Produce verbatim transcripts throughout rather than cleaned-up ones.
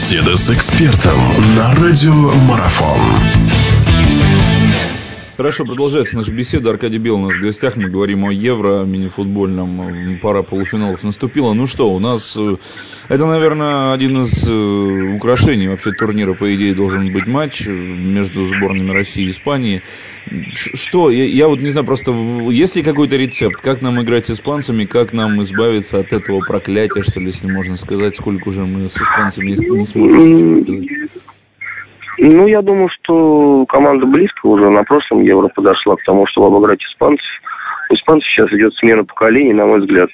Беседа с экспертом на радио Марафон. Хорошо, продолжается наша беседа. Аркадий Белый у нас в гостях. Мы говорим о Евро, мини-футбольном. Пара полуфиналов наступила. Ну что, у нас... Это, наверное, один из украшений вообще турнира. По идее, должен быть матч между сборными России и Испании. Что? Я, я вот не знаю, просто есть ли какой-то рецепт? Как нам играть с испанцами? Как нам избавиться от этого проклятия, что ли, если можно сказать? Сколько уже мы с испанцами не сможем ничего делать? Ну, я думаю, что команда близко уже на прошлом Евро подошла к тому, чтобы обыграть испанцев. У испанцев сейчас идет смена поколений, на мой взгляд.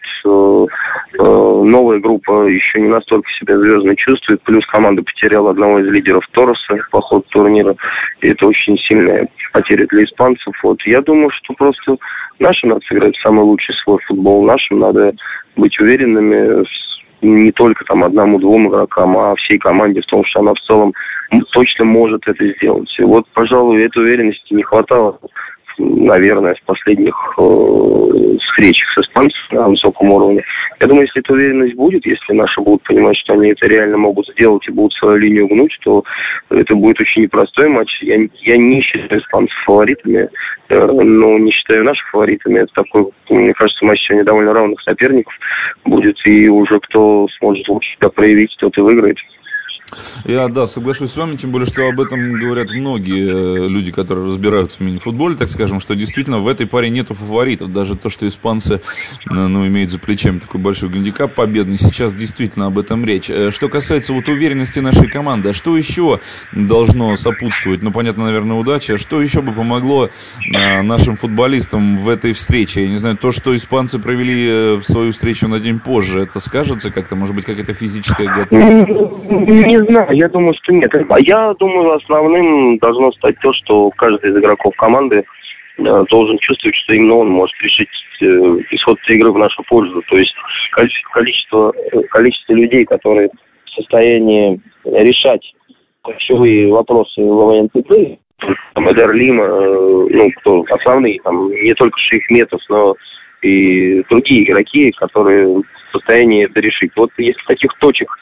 Новая группа еще не настолько себя звездно чувствует. Плюс команда потеряла одного из лидеров Торреса по ходу турнира. И это очень сильная потеря для испанцев. Вот. Я думаю, что просто нашим надо сыграть самый лучший свой футбол. Нашим надо быть уверенными не только там одному-двум игрокам, а всей команде в том, что она в целом точно может это сделать. И вот, пожалуй, этой уверенности не хватало, наверное, в последних э, встречах с испанцами на высоком уровне. Я думаю, если эта уверенность будет, если наши будут понимать, что они это реально могут сделать и будут свою линию гнуть, то это будет очень непростой матч. Я, я не считаю испанцев фаворитами, э, но не считаю наших фаворитами. Это такой, мне кажется, матч сегодня довольно равных соперников будет, и уже кто сможет лучше себя проявить, тот и выиграет. Я, да, соглашусь с вами, тем более, что об этом говорят многие люди, которые разбираются в мини-футболе, так скажем, что действительно в этой паре нету фаворитов. Даже то, что испанцы, ну, имеют за плечами такой большой гандикап победный, сейчас действительно об этом речь. Что касается вот уверенности нашей команды, а что еще должно сопутствовать? Ну, понятно, наверное, удача. Что еще бы помогло нашим футболистам в этой встрече? Я не знаю, то, что испанцы провели в свою встречу на день позже, это скажется как-то? Может быть, какая-то физическая готовность? Не знаю, я думаю, что нет. Я думаю, основным должно стать то, что каждый из игроков команды э, должен чувствовать, что именно он может решить э, исход игры в нашу пользу. То есть количество, количество людей, которые в состоянии решать ключевые вопросы в момент игры, там, Эдер Лима, э, ну, кто основные, там, не только Шейх Метов, но и другие игроки, которые в состоянии это решить. Вот если таких точек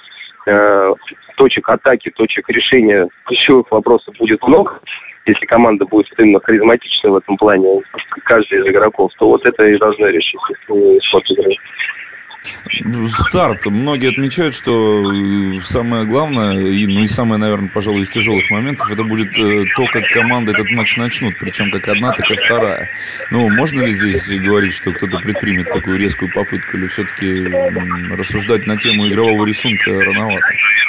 точек атаки, точек решения ключевых вопросов будет много, если команда будет именно харизматичной в этом плане, каждый из игроков, то вот это и должно решить исход игры. Старт. Многие отмечают, что самое главное, и, ну и самое, наверное, пожалуй, из тяжелых моментов, это будет то, как команды этот матч начнут, причем как одна, так и вторая. Ну, можно ли здесь говорить, что кто-то предпримет такую резкую попытку, или все-таки рассуждать на тему игрового рисунка рановато?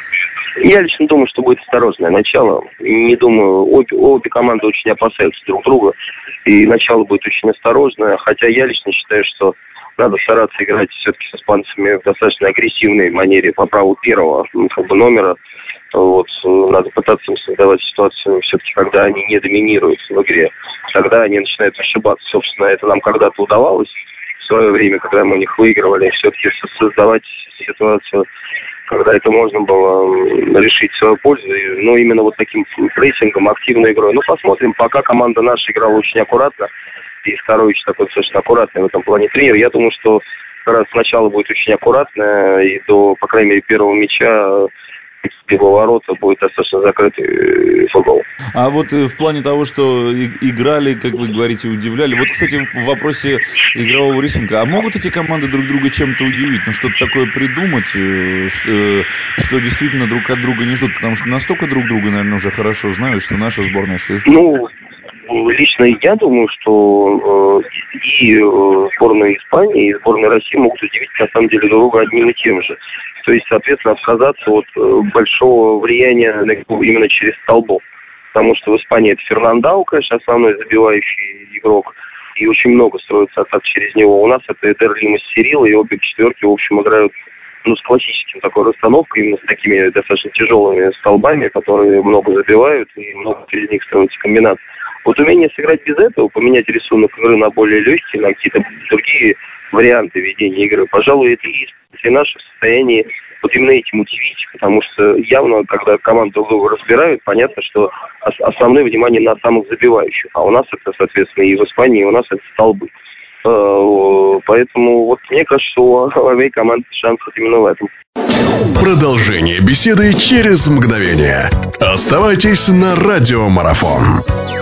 Я лично думаю, что будет осторожное начало. Не думаю, обе, обе команды очень опасаются друг друга, и начало будет очень осторожное, хотя я лично считаю, что надо стараться играть все-таки с испанцами в достаточно агрессивной манере по праву первого как бы, номера. Вот, надо пытаться им создавать ситуацию все-таки, когда они не доминируют в игре. Тогда они начинают ошибаться. Собственно, это нам когда-то удавалось в свое время, когда мы у них выигрывали. Все-таки создавать ситуацию, когда это можно было решить в свою пользу. Ну, именно вот таким прессингом, активной игрой. Ну, посмотрим. Пока команда наша играла очень аккуратно. И Скорович такой достаточно аккуратный в этом плане тренер. Я думаю, что как раз сначала будет очень аккуратно, и до, по крайней мере, первого мяча его ворота будет достаточно закрытый футбол. А вот в плане того, что играли, как вы говорите, удивляли. Вот, кстати, в вопросе игрового рисунка. А могут эти команды друг друга чем-то удивить? Ну, что-то такое придумать, что, что действительно друг от друга не ждут? Потому что настолько друг друга, наверное, уже хорошо знают, что наша сборная, что ну, лично я думаю, что э, и э, сборная Испании, и сборная России могут удивить, на самом деле, друг друга одним и тем же. То есть, соответственно, отказаться от э, большого влияния на, именно через столбов. Потому что в Испании это Фернандау, конечно, основной забивающий игрок. И очень много строится атак через него. У нас это Эдер Лима с Сирилла, и обе четверки, в общем, играют ну, с классическим такой расстановкой, именно с такими достаточно тяжелыми столбами, которые много забивают, и много через них строится комбинаций. Вот умение сыграть без этого, поменять рисунок игры на более легкий, на какие-то другие варианты ведения игры, пожалуй, это и есть наше состояние вот именно этим удивить, потому что явно, когда команды друг друга разбирают, понятно, что основное внимание на самых забивающих, а у нас это, соответственно, и в Испании, и у нас это столбы. Поэтому вот мне кажется, что у обеих команд шанс именно в этом. Продолжение беседы через мгновение. Оставайтесь на Радио Марафон.